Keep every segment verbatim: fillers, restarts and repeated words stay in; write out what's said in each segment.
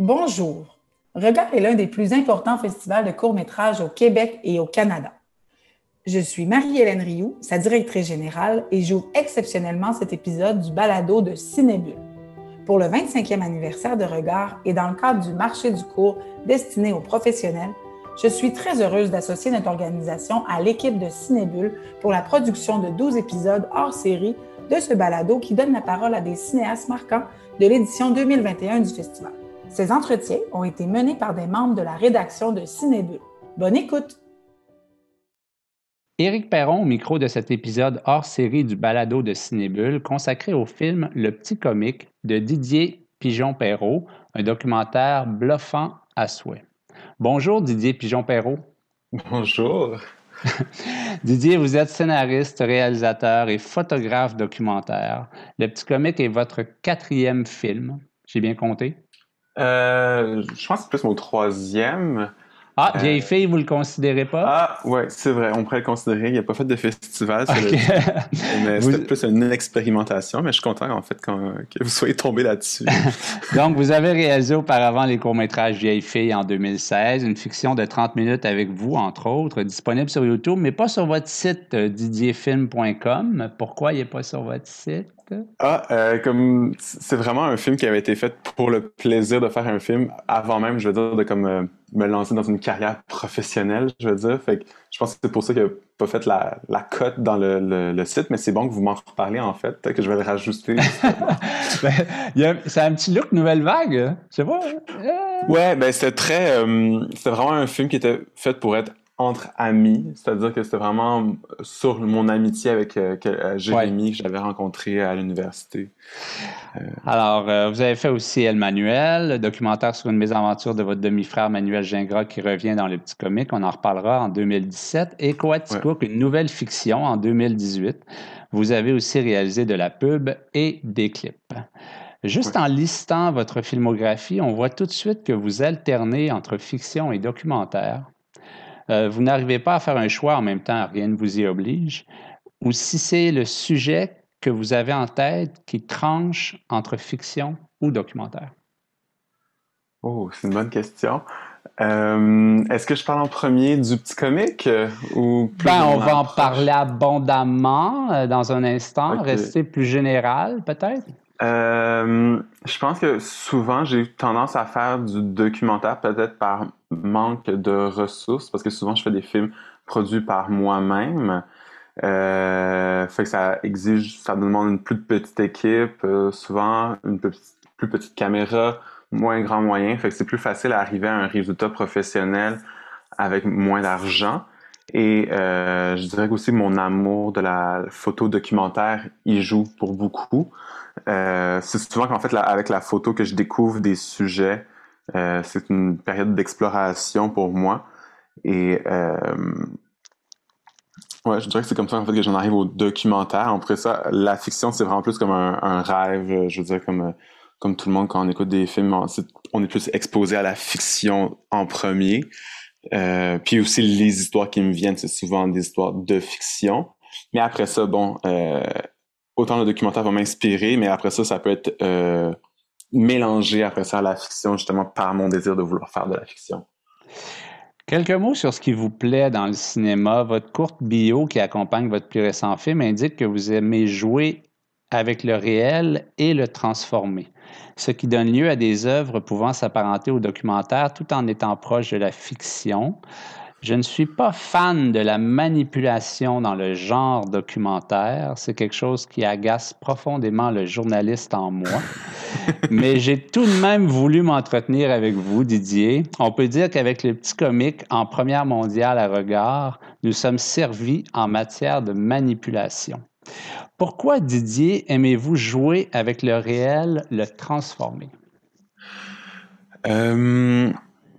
Bonjour. Regard est l'un des plus importants festivals de courts-métrages au Québec et au Canada. Je suis Marie-Hélène Rioux, sa directrice générale, et j'ouvre exceptionnellement cet épisode du balado de Cinébule. Pour le vingt-cinquième anniversaire de Regard et dans le cadre du marché du court destiné aux professionnels, je suis très heureuse d'associer notre organisation à l'équipe de Cinébule pour la production de douze épisodes hors série de ce balado qui donne la parole à des cinéastes marquants de l'édition deux mille vingt et un du festival. Ces entretiens ont été menés par des membres de la rédaction de Cinébule. Bonne écoute! Éric Perron au micro de cet épisode hors série du balado de Cinébule consacré au film Le Petit Comique de Didier Pigeon-Perrault, un documentaire bluffant à souhait. Bonjour Didier Pigeon-Perrault. Bonjour. Didier, vous êtes scénariste, réalisateur et photographe documentaire. Le Petit Comique est votre quatrième film, j'ai bien compté? Euh, je pense que c'est plus mon troisième. Ah, Vieille fille, vous ne le considérez pas? Ah, ouais, c'est vrai, on pourrait le considérer. Il n'a pas fait de festival, okay. mais vous... c'était plus une expérimentation, mais je suis content, en fait, quand, que vous soyez tombé là-dessus. Donc, vous avez réalisé auparavant les courts-métrages Vieille fille en deux mille seize, une fiction de trente minutes avec vous, entre autres, disponible sur YouTube, mais pas sur votre site didier film point com. Pourquoi il n'est pas sur votre site? Ah, euh, comme c'est vraiment un film qui avait été fait pour le plaisir de faire un film avant même, je veux dire, de comme euh, me lancer dans une carrière professionnelle, je veux dire. Fait que je pense que c'est pour ça qu'il n'a pas fait la, la cote dans le, le, le site, mais c'est bon que vous m'en reparlez en fait, peut-être que je vais le rajouter. ben, y a, c'est un petit look nouvelle vague, je sais pas. Euh... Ouais, ben c'était très, euh, c'était vraiment un film qui était fait pour être entre amis, c'est-à-dire que c'était vraiment sur mon amitié avec euh, que, Jérémy ouais. que j'avais rencontré à l'université. Euh... Alors, euh, vous avez fait aussi El Manuel, le documentaire sur une mésaventure de votre demi-frère Manuel Gingras qui revient dans Le Petit Comique, on en reparlera en deux mille dix-sept, et Coaticook, ouais. une nouvelle fiction en deux mille dix-huit. Vous avez aussi réalisé de la pub et des clips. Juste ouais. en listant votre filmographie, on voit tout de suite que vous alternez entre fiction et documentaire. Euh, vous n'arrivez pas à faire un choix en même temps, rien ne vous y oblige, ou si c'est le sujet que vous avez en tête qui tranche entre fiction ou documentaire? Oh, c'est une bonne question. Euh, est-ce que je parle en premier du Petit Comique euh, ou plus ben, on va en parler abondamment euh, dans un instant, okay. Rester plus général peut-être? Euh, je pense que souvent, j'ai tendance à faire du documentaire, peut-être par manque de ressources, parce que souvent, je fais des films produits par moi-même. Euh, fait que ça exige, ça demande une plus petite équipe, euh, souvent une plus, plus petite caméra, moins grand moyen. Fait que c'est plus facile à arriver à un résultat professionnel avec moins d'argent. Et euh, je dirais aussi mon amour de la photo documentaire y joue pour beaucoup. Euh, c'est souvent qu'en fait, la, avec la photo que je découvre des sujets, euh, c'est une période d'exploration pour moi. Et euh, ouais, je dirais que c'est comme ça en fait que j'en arrive au documentaire. Après ça, la fiction, c'est vraiment plus comme un, un rêve. Je veux dire, comme, comme tout le monde, quand on écoute des films, on, on est plus exposé à la fiction en premier. Euh, puis aussi, les histoires qui me viennent, c'est souvent des histoires de fiction. Mais après ça, bon... Euh, autant le documentaire va m'inspirer, mais après ça, ça peut être euh, mélangé après ça à la fiction, justement par mon désir de vouloir faire de la fiction. Quelques mots sur ce qui vous plaît dans le cinéma. Votre courte bio qui accompagne votre plus récent film indique que vous aimez jouer avec le réel et le transformer, ce qui donne lieu à des œuvres pouvant s'apparenter au documentaire tout en étant proche de la fiction. Je ne suis pas fan de la manipulation dans le genre documentaire. C'est quelque chose qui agace profondément le journaliste en moi. Mais j'ai tout de même voulu m'entretenir avec vous, Didier. On peut dire qu'avec Le Petit Comique, en première mondiale à Regard, nous sommes servis en matière de manipulation. Pourquoi, Didier, aimez-vous jouer avec le réel, le transformer? Euh...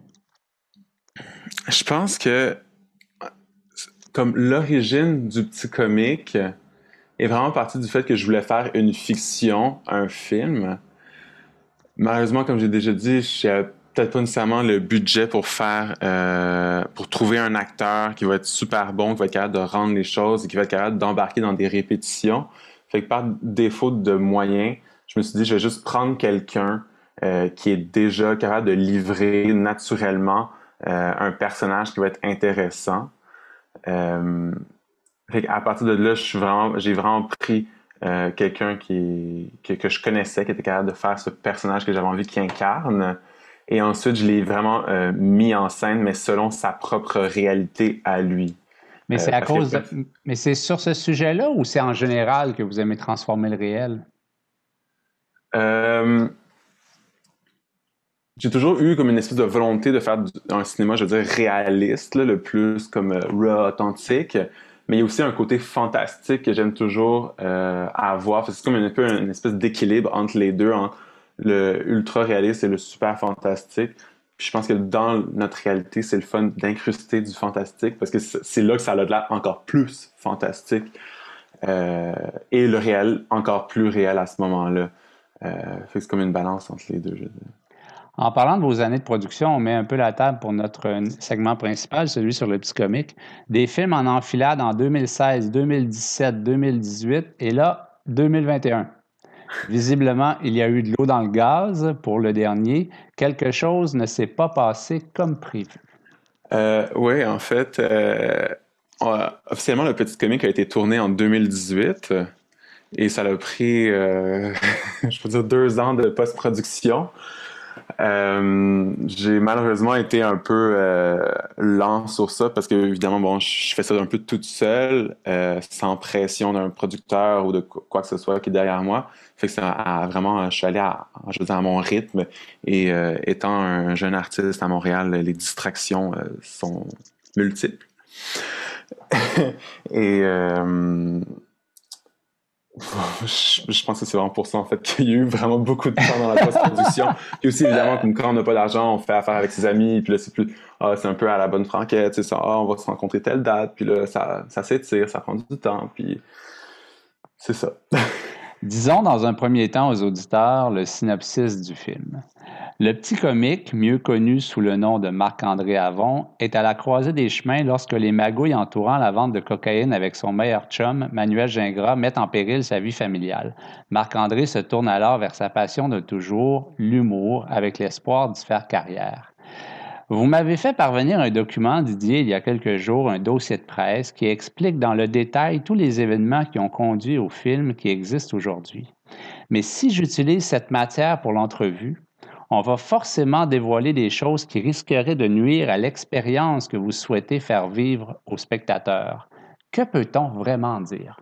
Je pense que comme l'origine du Petit Comique est vraiment partie du fait que je voulais faire une fiction, un film. Malheureusement, comme j'ai déjà dit, je n'avais peut-être pas nécessairement le budget pour faire, euh, pour trouver un acteur qui va être super bon, qui va être capable de rendre les choses et qui va être capable d'embarquer dans des répétitions. Fait que par défaut de moyens, je me suis dit, je vais juste prendre quelqu'un euh, qui est déjà capable de livrer naturellement euh, un personnage qui va être intéressant. Euh, fait à partir de là, je suis vraiment, j'ai vraiment pris euh, quelqu'un qui, que, que je connaissais, qui était capable de faire ce personnage que j'avais envie qu'il incarne. Et ensuite, je l'ai vraiment euh, mis en scène, mais selon sa propre réalité à lui. Mais c'est Euh, à parce cause que, de... Mais c'est sur ce sujet-là ou c'est en général que vous aimez transformer le réel? euh, j'ai toujours eu comme une espèce de volonté de faire du- un cinéma, je veux dire, réaliste, là, le plus comme euh, raw, authentique. Mais il y a aussi un côté fantastique que j'aime toujours euh, avoir. Fait que c'est comme un peu une espèce d'équilibre entre les deux, entre le ultra réaliste et le super fantastique. Puis je pense que dans notre réalité, c'est le fun d'incruster du fantastique parce que c'est c'est là que ça a l'air encore plus fantastique. Euh, et le réel encore plus réel à ce moment-là. Euh, fait que c'est comme une balance entre les deux, je veux dire. En parlant de vos années de production, on met un peu la table pour notre euh, segment principal, celui sur le petit comique. Des films en enfilade en deux mille seize, deux mille dix-sept, deux mille dix-huit et là, deux mille vingt et un. Visiblement, il y a eu de l'eau dans le gaz pour le dernier. Quelque chose ne s'est pas passé comme prévu. Euh, oui, en fait, euh, on- officiellement, le petit comique a été tourné en deux mille dix-huit euh, et ça a pris, euh, je peux dire, deux ans de post-production. Euh, j'ai malheureusement été un peu euh, lent sur ça parce que évidemment bon je fais ça un peu toute seule euh, sans pression d'un producteur ou de quoi que ce soit qui est derrière moi, fait que ça a vraiment je suis allé à, je veux dire, à mon rythme et euh, étant un jeune artiste à Montréal, les distractions euh, sont multiples. et euh, Je, je pense que c'est vraiment pour ça, en fait, qu'il y a eu vraiment beaucoup de temps dans la post-production. Puis aussi, évidemment, comme quand on n'a pas d'argent, on fait affaire avec ses amis, puis là, c'est plus, ah, c'est un peu à la bonne franquette, c'est ça, ah, on va se rencontrer telle date, puis là, ça, ça s'étire, ça prend du temps, puis c'est ça. Disons dans un premier temps aux auditeurs le synopsis du film. Le petit comique, mieux connu sous le nom de Marc-André Avon, est à la croisée des chemins lorsque les magouilles entourant la vente de cocaïne avec son meilleur chum, Manuel Gingras, mettent en péril sa vie familiale. Marc-André se tourne alors vers sa passion de toujours, l'humour, avec l'espoir d'y faire carrière. Vous m'avez fait parvenir un document, Didier, il y a quelques jours, un dossier de presse qui explique dans le détail tous les événements qui ont conduit au film qui existe aujourd'hui. Mais si j'utilise cette matière pour l'entrevue, on va forcément dévoiler des choses qui risqueraient de nuire à l'expérience que vous souhaitez faire vivre aux spectateurs. Que peut-on vraiment dire?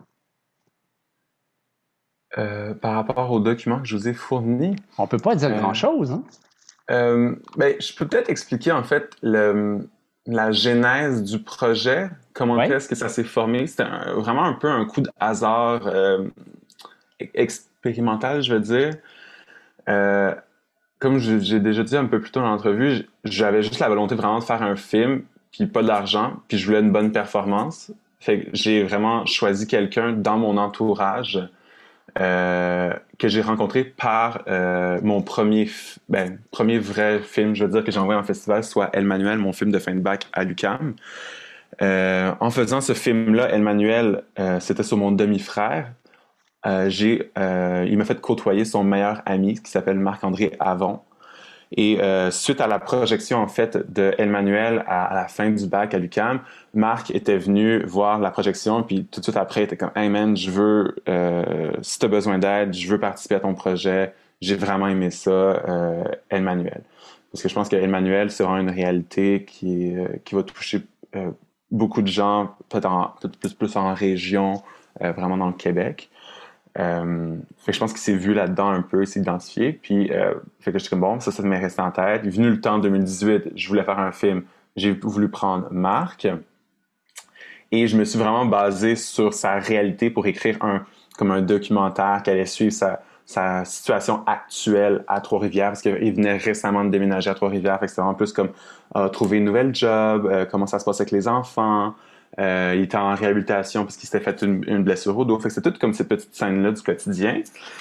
Euh, par rapport aux documents que je vous ai fournis, On ne peut pas dire euh, grand-chose, hein? euh, ben, je peux peut-être expliquer, en fait, le, la genèse du projet, comment Oui? est-ce que ça s'est formé. C'était un- vraiment un peu un coup de hasard euh, expérimental, je veux dire. Euh, Comme je- j'ai déjà dit un peu plus tôt dans l'entrevue, j- j'avais juste la volonté vraiment de faire un film, puis pas de l'argent, puis je voulais une bonne performance. Fait que j'ai vraiment choisi quelqu'un dans mon entourage euh, que j'ai rencontré par euh, mon premier, f- ben, premier vrai film, je veux dire, que j'ai envoyé en festival, soit El Manuel, mon film de fin de bac à l'U Q A M. Euh, en faisant ce film-là, El Manuel, euh, c'était sur mon demi-frère. Euh, j'ai, euh, il m'a fait côtoyer son meilleur ami qui s'appelle Marc-André Avon. Et euh, suite à la projection en fait de El Manuel à, à la fin du bac à l'U Q A M, Marc était venu voir la projection, puis tout de suite après, il était comme Hey man, je veux, euh, si tu as besoin d'aide, je veux participer à ton projet. J'ai vraiment aimé ça, euh, El Manuel. Parce que je pense que El Manuel, c'est vraiment une réalité qui, est, euh, qui va toucher euh, beaucoup de gens, peut-être en, peut plus, plus en région, euh, vraiment dans le Québec. Euh, fait que je pense qu'il s'est vu là-dedans un peu, il s'est identifié. Puis, euh, fait que j'étais comme bon, ça, ça m'est resté en tête. Il est venu le temps en deux mille dix-huit, je voulais faire un film. J'ai voulu prendre Marc. Et je me suis vraiment basé sur sa réalité pour écrire un, comme un documentaire qui allait suivre sa, sa situation actuelle à Trois-Rivières, parce qu'il venait récemment de déménager à Trois-Rivières. Fait que c'était vraiment plus comme euh, trouver une nouvelle job, euh, comment ça se passe avec les enfants. Euh, il était en réhabilitation parce qu'il s'était fait une, une blessure au dos. Fait que c'était tout comme ces petites scènes-là du quotidien.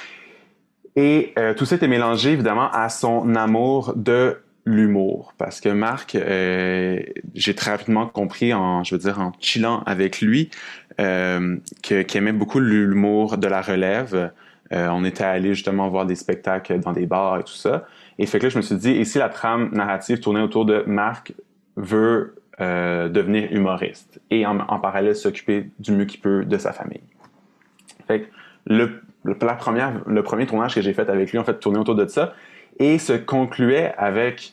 Et euh, tout ça était mélangé évidemment à son amour de l'humour. Parce que Marc, euh, j'ai très rapidement compris, en, je veux dire, en chillant avec lui, euh, que, qu'il aimait beaucoup l'humour de la relève. Euh, on était allé justement voir des spectacles dans des bars et tout ça. Et fait que là, je me suis dit, et si la trame narrative tournait autour de Marc veut euh, devenir humoriste et en, en parallèle s'occuper du mieux qu'il peut de sa famille. Fait que le, le, la première, le premier tournage que j'ai fait avec lui, en fait, tournait autour de ça et se concluait avec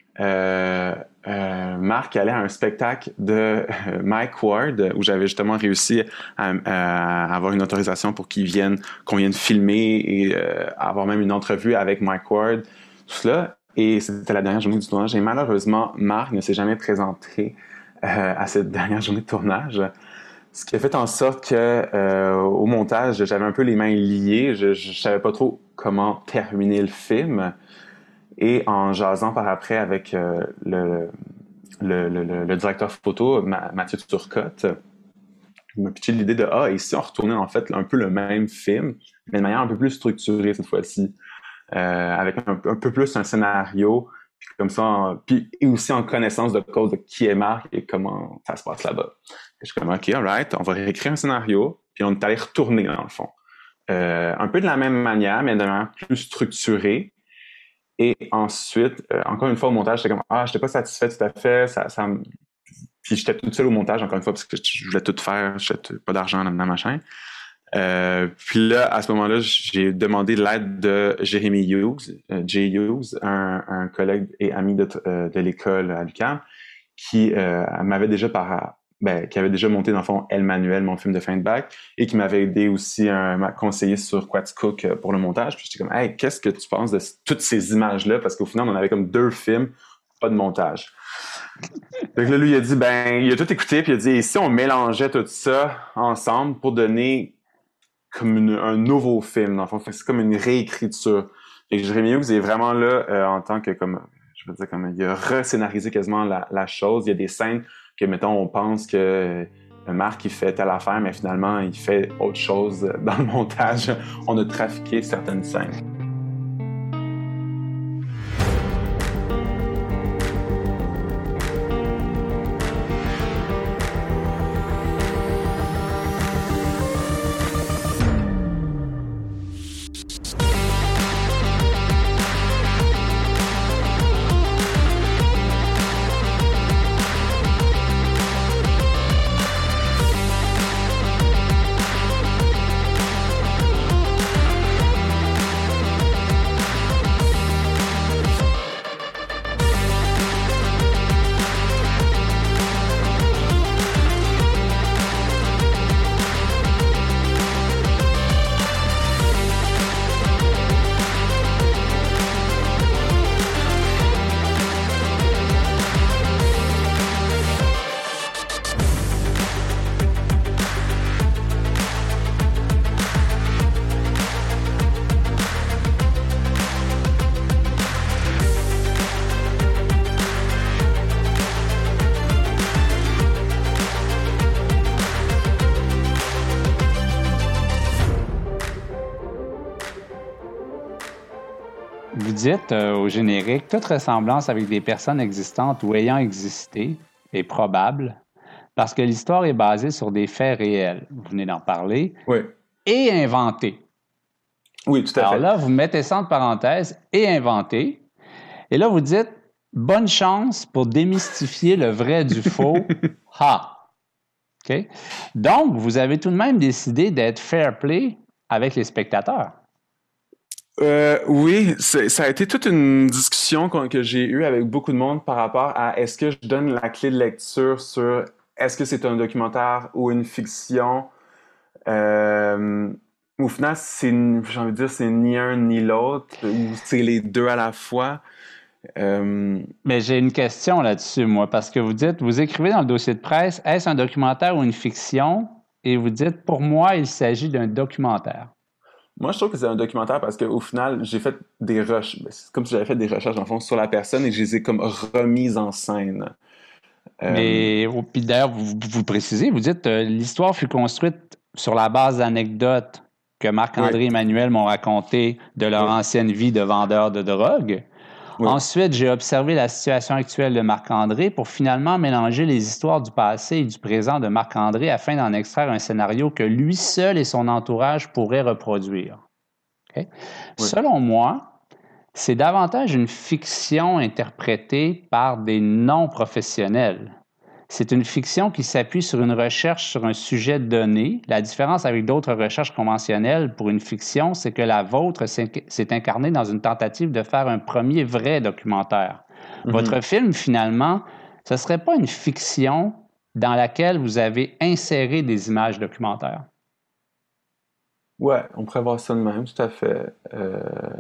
euh, euh, Marc allait à un spectacle de euh, Mike Ward où j'avais justement réussi à, à avoir une autorisation pour qu'il vienne, qu'on vienne filmer et euh, avoir même une entrevue avec Mike Ward, tout cela. Et c'était la dernière journée du tournage. Et malheureusement, Marc ne s'est jamais présenté euh, à cette dernière journée de tournage. Ce qui a fait en sorte que euh, au montage, j'avais un peu les mains liées. Je ne savais pas trop comment terminer le film. Et en jasant par après avec euh, le, le, le, le directeur photo, Mathieu Turcotte, il m'a pitché l'idée de « Ah, et si on retournait en fait un peu le même film, mais de manière un peu plus structurée cette fois-ci. » Euh, avec un, un peu plus un scénario, puis comme ça, en, puis et aussi en connaissance de cause de qui est Marc et comment ça se passe là-bas. Et je suis comme, OK, alright, on va réécrire un scénario, puis on est allé retourner dans le fond. Euh, un peu de la même manière, mais de manière plus structurée. Et ensuite, euh, encore une fois au montage, j'étais comme, ah, j'étais pas satisfait tout à fait, ça, ça me... Puis j'étais toute seule au montage, encore une fois, parce que je voulais tout faire, j'avais pas d'argent dans ma machin. Euh, puis là, à ce moment-là, j'ai demandé l'aide de Jérémy Hughes, euh, Jay Hughes, un, un collègue et ami de, euh, de l'école à l'U Q A M, qui euh, m'avait déjà par, ben, qui avait déjà monté dans le fond El Manuel, mon film de fin de bac, et qui m'avait aidé aussi à m'a conseillé sur Quaticook pour le montage. Puis j'étais comme, hey, qu'est-ce que tu penses de toutes ces images-là? Parce qu'au final, on avait comme deux films, pas de montage. Donc là, lui, il a dit, ben, il a tout écouté, puis il a dit, et si on mélangeait tout ça ensemble pour donner comme une, un nouveau film, dans le fond. C'est comme une réécriture. Et Jérémy Hughes est vraiment là euh, en tant que, comme, je veux dire, comme il a rescénarisé quasiment la, la chose. Il y a des scènes que, mettons, on pense que euh, Marc, il fait telle affaire, mais finalement, il fait autre chose dans le montage. On a trafiqué certaines scènes. Vous dites euh, au générique, toute ressemblance avec des personnes existantes ou ayant existé est probable parce que l'histoire est basée sur des faits réels. Vous venez d'en parler. Oui. Et inventés. Oui, tout à Alors fait. là, vous mettez ça entre parenthèses et inventé. Et là, vous dites, bonne chance pour démystifier le vrai du faux. Ha! OK? Donc, vous avez tout de même décidé d'être fair play avec les spectateurs. Euh, oui, ça a été toute une discussion que j'ai eue avec beaucoup de monde par rapport à est-ce que je donne la clé de lecture sur est-ce que c'est un documentaire ou une fiction. Euh, au final, c'est, j'ai envie de dire, c'est ni un ni l'autre, ou c'est les deux à la fois. Euh... Mais j'ai une question là-dessus, moi, parce que vous dites, vous écrivez dans le dossier de presse, est-ce un documentaire ou une fiction? Et vous dites, pour moi, il s'agit d'un documentaire. Moi, je trouve que c'est un documentaire parce qu'au final, j'ai fait des recherches. C'est comme si j'avais fait des recherches, en fond, sur la personne et je les ai comme remises en scène. Euh... Mais, puis d'ailleurs, vous, vous précisez, vous dites, euh, l'histoire fut construite sur la base d'anecdotes que Marc-André oui. et Emmanuel m'ont racontées de leur oui. ancienne vie de vendeur de drogue. Oui. Ensuite, j'ai observé la situation actuelle de Marc-André pour finalement mélanger les histoires du passé et du présent de Marc-André afin d'en extraire un scénario que lui seul et son entourage pourraient reproduire. Okay? Oui. Selon moi, c'est davantage une fiction interprétée par des non-professionnels. C'est une fiction qui s'appuie sur une recherche sur un sujet donné. La différence avec d'autres recherches conventionnelles pour une fiction, c'est que la vôtre s'est incarnée dans une tentative de faire un premier vrai documentaire. Mm-hmm. Votre film, finalement, ce ne serait pas une fiction dans laquelle vous avez inséré des images documentaires. Ouais, on pourrait voir ça de même, tout à fait. Euh...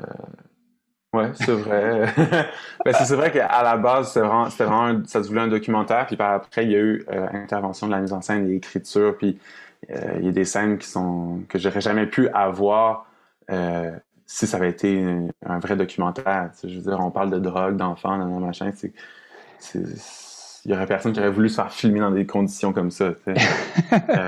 Ouais, c'est vrai. ben, c'est vrai qu'à la base, c'était vraiment, c'était vraiment un, ça se voulait un documentaire, puis par après, il y a eu euh, intervention de la mise en scène et l'écriture, puis euh, il y a des scènes qui sont que j'aurais jamais pu avoir euh, si ça avait été un, un vrai documentaire. Tu sais, je veux dire, on parle de drogue, d'enfants, dans machin, c'est, c'est, il y aurait personne qui aurait voulu se faire filmer dans des conditions comme ça. Tu sais. euh,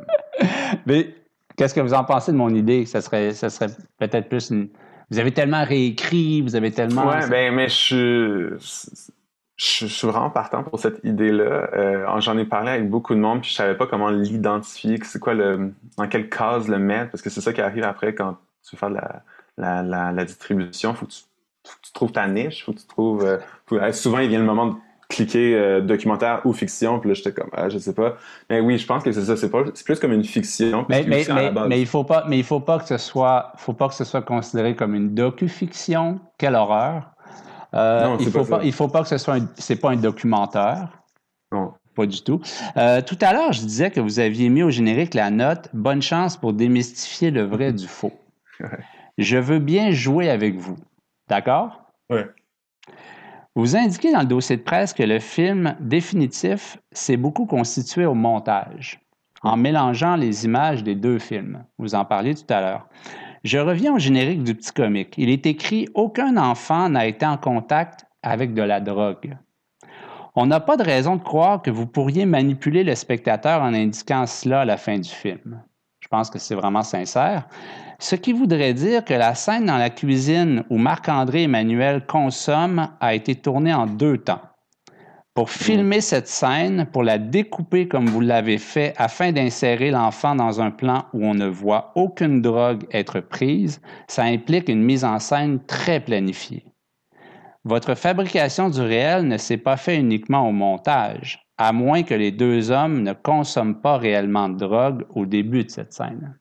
Mais qu'est-ce que vous en pensez de mon idée? Ça serait, ça serait peut-être plus une... Vous avez tellement réécrit, vous avez tellement... Ouais, ben, mais je, je, je suis vraiment partant pour cette idée-là. Euh, j'en ai parlé avec beaucoup de monde, puis je savais pas comment l'identifier, c'est quoi le, dans quelle case le mettre, parce que c'est ça qui arrive après quand tu veux faire de la, la, la, la distribution. Faut que, tu, faut que tu trouves ta niche, faut que tu trouves... Euh, faut, souvent, il vient le moment de cliquer euh, documentaire ou fiction, puis là, j'étais comme, ah, je sais pas. Mais oui, je pense que c'est ça, c'est, pas, c'est plus comme une fiction. Mais, mais, mais, mais il faut pas, mais il faut pas que ce soit, faut pas que ce soit considéré comme une docu-fiction. Quelle horreur. Euh, non, il faut pas, pas il faut pas que ce soit, un, c'est pas un documentaire. Non. Pas du tout. Euh, tout à l'heure, je disais que vous aviez mis au générique la note « Bonne chance pour démystifier le vrai du faux ». Je veux bien jouer avec vous. D'accord? Oui. Vous indiquez dans le dossier de presse que le film définitif s'est beaucoup constitué au montage, en mélangeant les images des deux films. Vous en parliez tout à l'heure. Je reviens au générique du petit comique. Il est écrit « Aucun enfant n'a été en contact avec de la drogue ». On n'a pas de raison de croire que vous pourriez manipuler le spectateur en indiquant cela à la fin du film. Je pense que c'est vraiment sincère. Ce qui voudrait dire que la scène dans la cuisine où Marc-André Emmanuel consomme a été tournée en deux temps. Pour filmer cette scène, pour la découper comme vous l'avez fait afin d'insérer l'enfant dans un plan où on ne voit aucune drogue être prise, ça implique une mise en scène très planifiée. Votre fabrication du réel ne s'est pas faite uniquement au montage, à moins que les deux hommes ne consomment pas réellement de drogue au début de cette scène.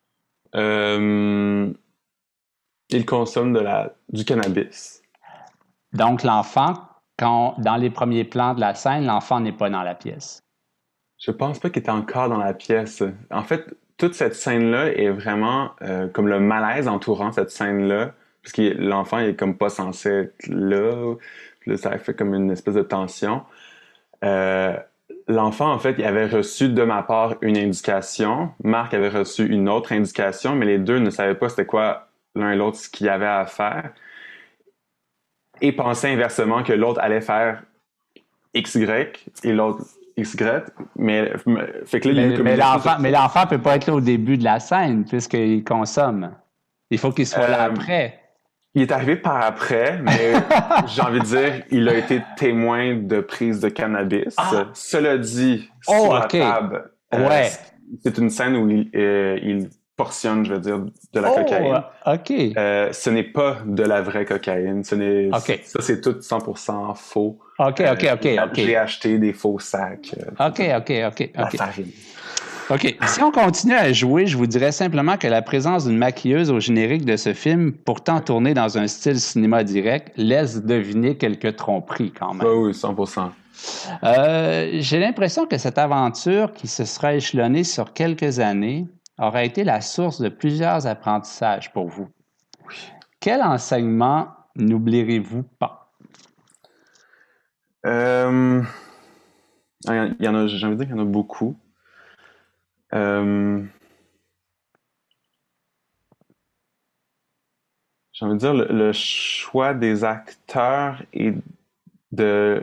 Euh, ils consomment de la, du cannabis. Donc, l'enfant, quand, dans les premiers plans de la scène, l'enfant n'est pas dans la pièce. Je pense pas qu'il était encore dans la pièce. En fait, toute cette scène-là est vraiment euh, comme le malaise entourant cette scène-là, parce que l'enfant il est comme pas censé être là. Puis là, ça fait comme une espèce de tension. Euh, L'enfant, en fait, il avait reçu de ma part une indication. Marc avait reçu une autre indication, mais les deux ne savaient pas c'était quoi l'un et l'autre ce qu'il y avait à faire. Et pensaient inversement que l'autre allait faire X Y et l'autre X Y. Mais, fait que là, il y a eu comme mais, l'enfant, mais l'enfant peut pas être là au début de la scène puisqu'il consomme. Il faut qu'il soit euh, là après. Il est arrivé par après, mais j'ai envie de dire, il a été témoin de prise de cannabis. Ah. Cela dit, oh, sur okay. la table, ouais. euh, c'est une scène où il, euh, il portionne, je veux dire, de la oh, cocaïne. OK. Euh, ce n'est pas de la vraie cocaïne. Ce n'est, okay. Ça, c'est tout cent pour cent faux. OK, OK, OK. Euh, okay. J'ai acheté des faux sacs. Euh, OK, OK, OK. La okay. farine. OK. Si on continue à jouer, je vous dirais simplement que la présence d'une maquilleuse au générique de ce film, pourtant tourné dans un style cinéma direct, laisse deviner quelques tromperies quand même. Oui, oui, cent pour cent. Euh, j'ai l'impression que cette aventure, qui se sera échelonnée sur quelques années, aura été la source de plusieurs apprentissages pour vous. Oui. Quel enseignement n'oublierez-vous pas? Euh... Il y en a, j'ai envie de dire qu'il y en a beaucoup. Euh... J'ai envie de dire le, le choix des acteurs et de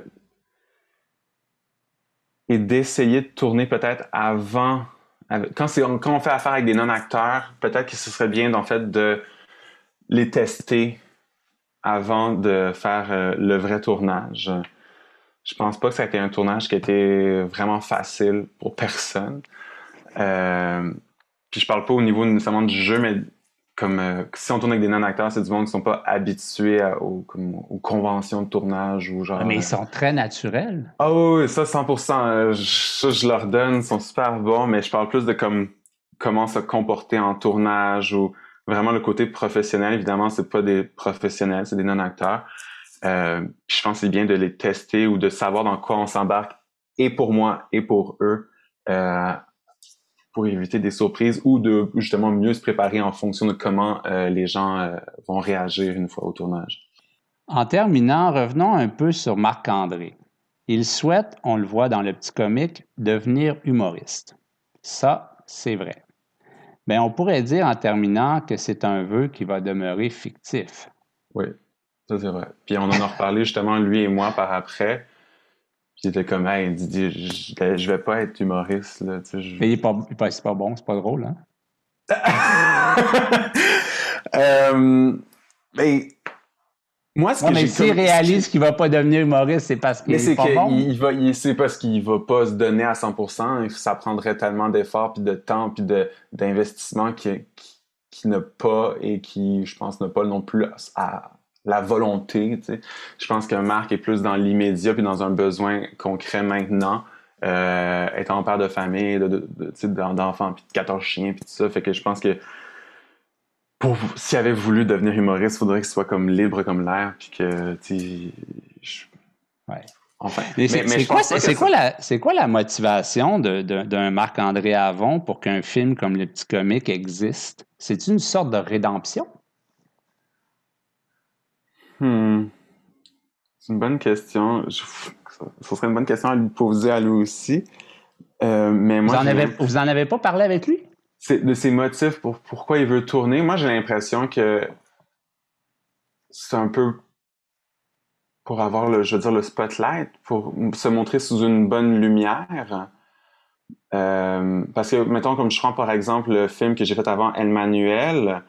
et d'essayer de tourner peut-être avant. Quand, c'est, quand on fait affaire avec des non-acteurs, peut-être que ce serait bien en fait de les tester avant de faire euh, le vrai tournage. Je pense pas que ça a été un tournage qui a été vraiment facile pour personne. Euh, puis je parle pas au niveau nécessairement du jeu, mais comme euh, si on tourne avec des non-acteurs, c'est du monde qui sont pas habitués à- aux, comme, aux conventions de tournage ou genre. Mais euh, ils sont très naturels. Ah oui, oui, ça cent pour cent. euh, je- Ça, je leur donne, ils sont super bons, mais je parle plus de comme comment se comporter en tournage ou vraiment le côté professionnel. Évidemment, c'est pas des professionnels, c'est des non-acteurs. Euh, puis je pense que c'est bien de les tester ou de savoir dans quoi on s'embarque, et pour moi et pour eux, euh, pour éviter des surprises ou de justement mieux se préparer en fonction de comment euh, les gens euh, vont réagir une fois au tournage. En terminant, revenons un peu sur Marc-André. Il souhaite, on le voit dans le petit comique, devenir humoriste. Ça, c'est vrai. Bien, on pourrait dire en terminant que c'est un vœu qui va demeurer fictif. Oui, ça c'est vrai. Puis on en a reparlé justement, lui et moi, par après. Puis il était comme, hey, Didier, je, je, je vais pas être humoriste, là, tu sais. Je... Mais il n'est pas, il est pas- c'est pas bon, c'est pas drôle, hein? euh, ben, moi, ce Non, que mais j'ai s'il comme... réalise qu'il ne va pas devenir humoriste, c'est parce qu'il Mais c'est n'est pas que bon. il va, il, c'est parce qu'il va pas se donner à cent pour cent. Ça prendrait tellement d'efforts, puis de temps, puis de, d'investissement qui, qui, qui n'a pas et qui, je pense, n'a pas non plus à, la volonté, tu sais. Je pense que Marc est plus dans l'immédiat puis dans un besoin concret maintenant, euh, étant père de famille, de, de, de, tu sais, d'enfants, puis de quatorze chiens, puis tout ça. Fait que je pense que pour s'il avait voulu devenir humoriste, il faudrait qu'il soit comme libre comme l'air, puis que, tu sais, je... Ouais. Enfin, mais c'est, mais, mais c'est, je quoi, pense c'est, pas que c'est, ça... quoi la, c'est quoi la motivation de, de, d'un Marc-André Avon pour qu'un film comme Le Petit Comique existe? C'est une sorte de rédemption? Hmm. C'est une bonne question. Je... Ce serait une bonne question à lui poser à lui aussi. Euh, mais moi, vous, en j'ai avez, vous en avez pas parlé avec lui? C'est de ses motifs pour pourquoi il veut tourner. Moi, j'ai l'impression que c'est un peu pour avoir le, je veux dire, le spotlight, pour se montrer sous une bonne lumière. Euh, parce que, mettons, comme je prends par exemple le film que j'ai fait avant, El Manuel,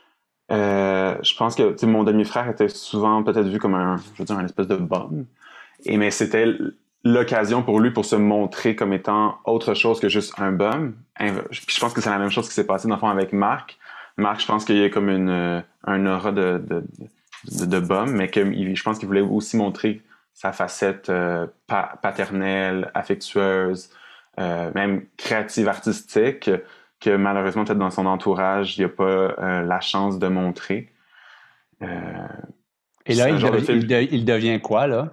euh, je pense que, tu sais, mon demi-frère était souvent peut-être vu comme un, je veux dire, un espèce de bum. Et mais c'était l'occasion pour lui pour se montrer comme étant autre chose que juste un bum. Puis je pense que c'est la même chose qui s'est passé dans le fond avec Marc. Marc, je pense qu'il y a comme une, un aura de, de, de, de bum, mais que je pense qu'il voulait aussi montrer sa facette euh, pa- paternelle, affectueuse, euh, même créative, artistique, que malheureusement, peut-être dans son entourage, il n'y a pas euh, la chance de montrer. Euh, Et là, il, de dev- film... il, de- il devient quoi, là?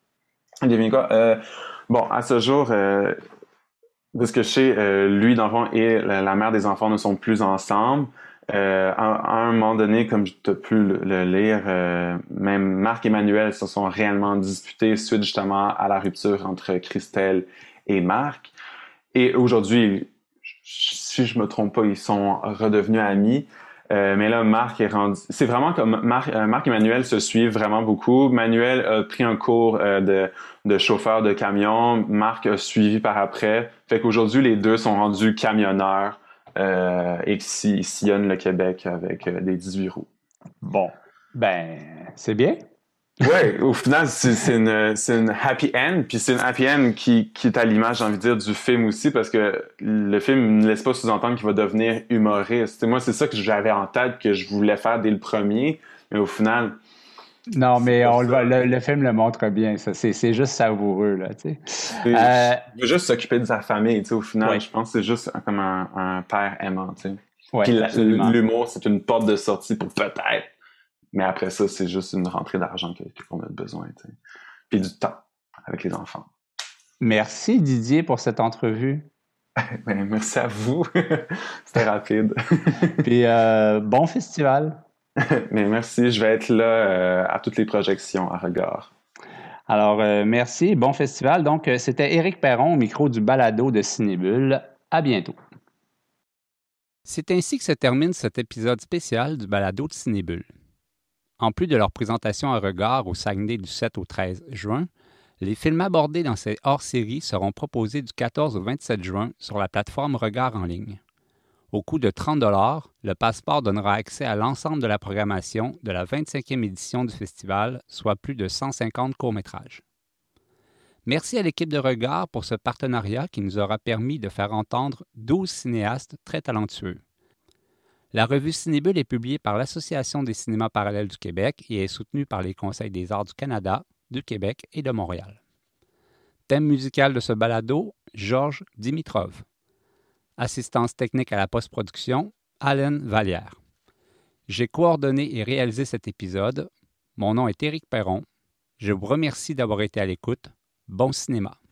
Il devient quoi? Euh, bon, à ce jour, euh, de ce que je sais, euh, lui, dans le fond, et la, la mère des enfants ne sont plus ensemble. Euh, à, à un moment donné, comme tu as pu le, le lire, euh, même Marc et Emmanuel se sont réellement disputés suite justement à la rupture entre Christelle et Marc. Et aujourd'hui, si je me trompe pas, ils sont redevenus amis. Euh, mais là, Marc est rendu... C'est vraiment comme Marc, euh, Marc et Manuel se suivent vraiment beaucoup. Manuel a pris un cours euh, de, de chauffeur de camion. Marc a suivi par après. Fait qu'aujourd'hui, les deux sont rendus camionneurs euh, et qui sillonnent le Québec avec euh, des dix-huit roues. Bon, ben, c'est bien. Ouais, au final, c'est, c'est une, c'est une happy end, puis c'est une happy end qui, qui est à l'image, j'ai envie de dire, du film aussi, parce que le film ne laisse pas sous-entendre qu'il va devenir humoriste. Et moi, c'est ça que j'avais en tête, que je voulais faire dès le premier, mais au final... Non, mais on le, le, le film le montre bien, ça. C'est, c'est juste savoureux, là, tu sais. Euh, il veut juste s'occuper de sa famille, tu sais, au final, ouais. je pense que c'est juste comme un, un père aimant, tu sais. Ouais, puis absolument. L'humour, c'est une porte de sortie pour peut-être... Mais après ça, c'est juste une rentrée d'argent que, qu'on a besoin, tu sais. Puis du temps avec les enfants. Merci Didier pour cette entrevue. Ben, merci à vous. C'était rapide. Puis euh, bon festival. Mais merci, je vais être là euh, à toutes les projections à Regard. Alors, euh, merci, bon festival. Donc, euh, c'était Éric Perron au micro du balado de Cinébule. À bientôt. C'est ainsi que se termine cet épisode spécial du balado de Cinébule. En plus de leur présentation à Regard au Saguenay du sept au treize juin, les films abordés dans ces hors-séries seront proposés du quatorze au vingt-sept juin sur la plateforme Regard en ligne. Au coût de trente dollars, le passeport donnera accès à l'ensemble de la programmation de la vingt-cinquième édition du festival, soit plus de cent cinquante courts-métrages. Merci à l'équipe de Regard pour ce partenariat qui nous aura permis de faire entendre douze cinéastes très talentueux. La revue Cinébule est publiée par l'Association des cinémas parallèles du Québec et est soutenue par les Conseils des arts du Canada, du Québec et de Montréal. Thème musical de ce balado, Georges Dimitrov. Assistance technique à la post-production, Allen Vallière. J'ai coordonné et réalisé cet épisode. Mon nom est Éric Perron. Je vous remercie d'avoir été à l'écoute. Bon cinéma.